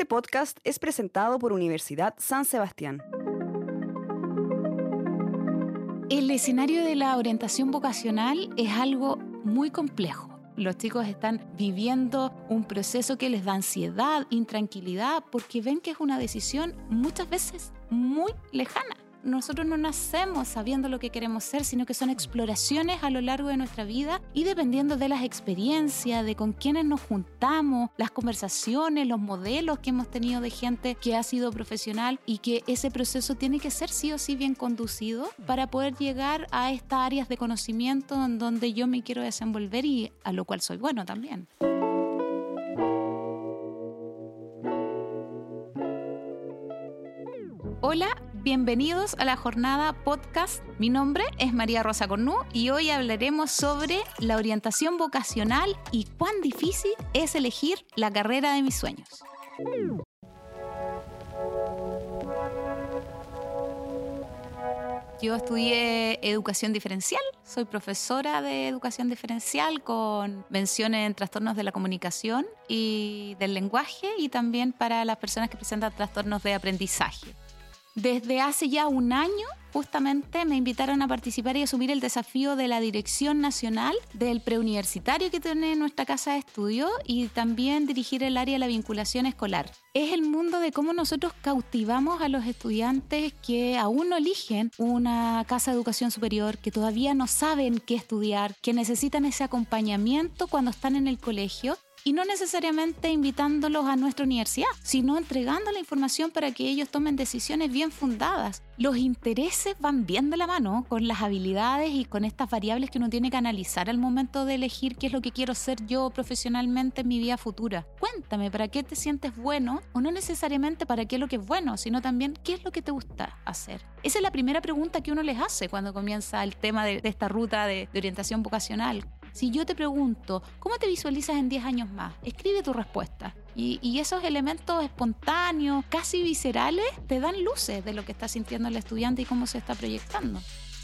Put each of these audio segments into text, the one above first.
podcast es presentado por Universidad San Sebastián. El escenario de la orientación vocacional es algo muy complejo. Los chicos están viviendo un proceso que les da ansiedad, intranquilidad, porque ven que es una decisión muchas veces muy lejana. Nosotros no nacemos sabiendo lo que queremos ser, sino que son exploraciones a lo largo de nuestra vida y dependiendo de las experiencias, de con quienes nos juntamos, las conversaciones, los modelos que hemos tenido de gente que ha sido profesional y que ese proceso tiene que ser sí o sí bien conducido para poder llegar a estas áreas de conocimiento en donde yo me quiero desenvolver y a lo cual soy bueno también. Hola, bienvenidos a la jornada podcast. Mi nombre es María Rosa Cornú y hoy hablaremos sobre la orientación vocacional y cuán difícil es elegir la carrera de mis sueños. Yo estudié educación diferencial, soy profesora de educación diferencial con menciones en trastornos de la comunicación y del lenguaje y también para las personas que presentan trastornos de aprendizaje. Desde hace ya un año, justamente, me invitaron a participar y asumir el desafío de la dirección nacional del preuniversitario que tiene nuestra casa de estudio y también dirigir el área de la vinculación escolar. Es el mundo de cómo nosotros cautivamos a los estudiantes que aún no eligen una casa de educación superior, que todavía no saben qué estudiar, que necesitan ese acompañamiento cuando están en el colegio. Y no necesariamente invitándolos a nuestra universidad, sino entregando la información para que ellos tomen decisiones bien fundadas. Los intereses van bien de la mano con las habilidades y con estas variables que uno tiene que analizar al momento de elegir qué es lo que quiero ser yo profesionalmente en mi vida futura. Cuéntame, ¿para qué te sientes bueno? O no necesariamente para qué es lo que es bueno, sino también qué es lo que te gusta hacer. Esa es la primera pregunta que uno les hace cuando comienza el tema de esta ruta de orientación vocacional. Si yo te pregunto, ¿cómo te visualizas en 10 años más? Escribe tu respuesta. Y esos elementos espontáneos, casi viscerales, te dan luces de lo que está sintiendo el estudiante y cómo se está proyectando.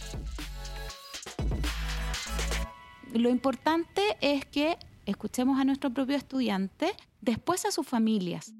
Lo importante es que escuchemos a nuestro propio estudiante, después a sus familias.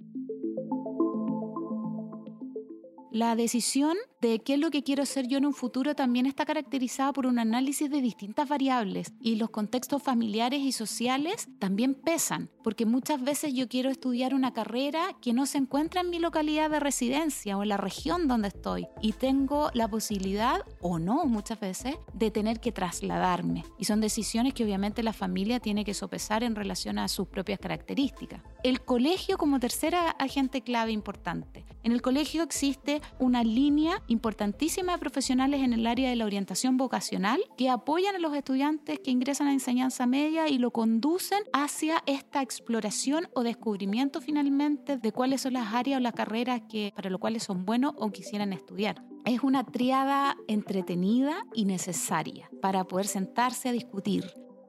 La decisión de qué es lo que quiero ser yo en un futuro también está caracterizada por un análisis de distintas variables y los contextos familiares y sociales también pesan, porque muchas veces yo quiero estudiar una carrera que no se encuentra en mi localidad de residencia o en la región donde estoy y tengo la posibilidad, o no muchas veces, de tener que trasladarme. Y son decisiones que obviamente la familia tiene que sopesar en relación a sus propias características. El colegio como tercera agente clave importante. En el colegio existe una línea importantísima de profesionales en el área de la orientación vocacional que apoyan a los estudiantes que ingresan a enseñanza media y lo conducen hacia esta exploración o descubrimiento finalmente de cuáles son las áreas o las carreras para lo cuales son buenos o quisieran estudiar. Es una tríada entretenida y necesaria para poder sentarse a discutir.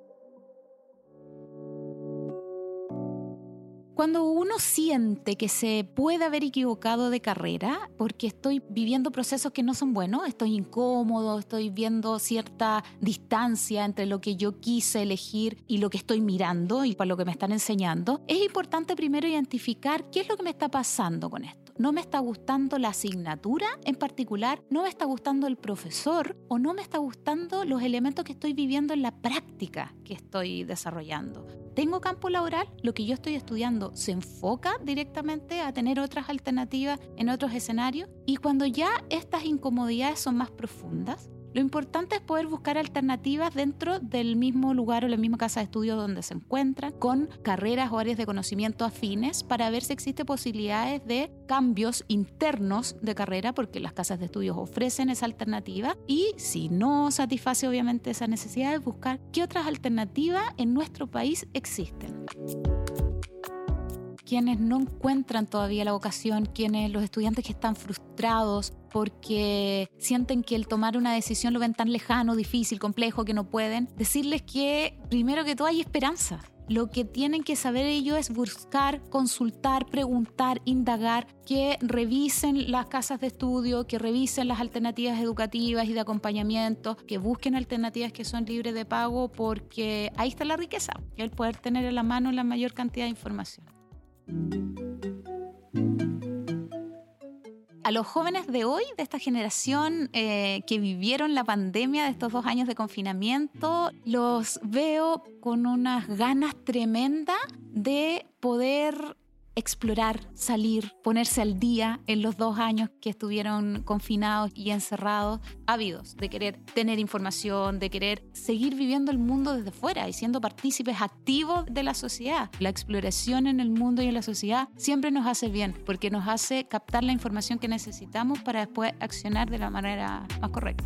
Cuando uno siente que se puede haber equivocado de carrera porque estoy viviendo procesos que no son buenos, estoy incómodo, estoy viendo cierta distancia entre lo que yo quise elegir y lo que estoy mirando y para lo que me están enseñando, es importante primero identificar qué es lo que me está pasando con esto. No me está gustando la asignatura en particular, no me está gustando el profesor o no me está gustando los elementos que estoy viviendo en la práctica que estoy desarrollando. ¿Tengo campo laboral? ¿Lo que yo estoy estudiando se enfoca directamente a tener otras alternativas en otros escenarios? Y cuando ya estas incomodidades son más profundas, lo importante es poder buscar alternativas dentro del mismo lugar o la misma casa de estudio donde se encuentran, con carreras o áreas de conocimiento afines para ver si existen posibilidades de cambios internos de carrera, porque las casas de estudios ofrecen esa alternativa y si no satisface obviamente esa necesidad de buscar qué otras alternativas en nuestro país existen. Quienes no encuentran todavía la vocación, los estudiantes que están frustrados porque sienten que el tomar una decisión lo ven tan lejano, difícil, complejo, que no pueden, decirles que primero que todo hay esperanza. Lo que tienen que saber ellos es buscar, consultar, preguntar, indagar, que revisen las casas de estudio, que revisen las alternativas educativas y de acompañamiento, que busquen alternativas que son libres de pago, porque ahí está la riqueza, el poder tener a la mano la mayor cantidad de información. A los jóvenes de hoy, de esta generación que vivieron la pandemia de estos 2 años de confinamiento, los veo con unas ganas tremendas de poder explorar, salir, ponerse al día en los 2 años que estuvieron confinados y encerrados, ávidos de querer tener información, de querer seguir viviendo el mundo desde fuera y siendo partícipes activos de la sociedad. La exploración en el mundo y en la sociedad siempre nos hace bien, porque nos hace captar la información que necesitamos para después accionar de la manera más correcta.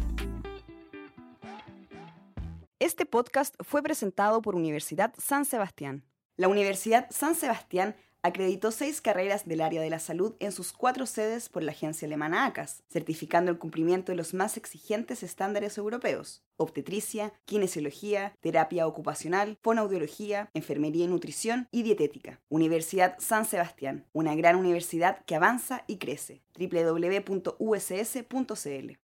Este podcast fue presentado por Universidad San Sebastián. La Universidad San Sebastián acreditó 6 carreras del área de la salud en sus 4 sedes por la agencia alemana ACAS, certificando el cumplimiento de los más exigentes estándares europeos: obstetricia, kinesiología, terapia ocupacional, fonoaudiología, enfermería y nutrición y dietética. Universidad San Sebastián, una gran universidad que avanza y crece. www.uss.cl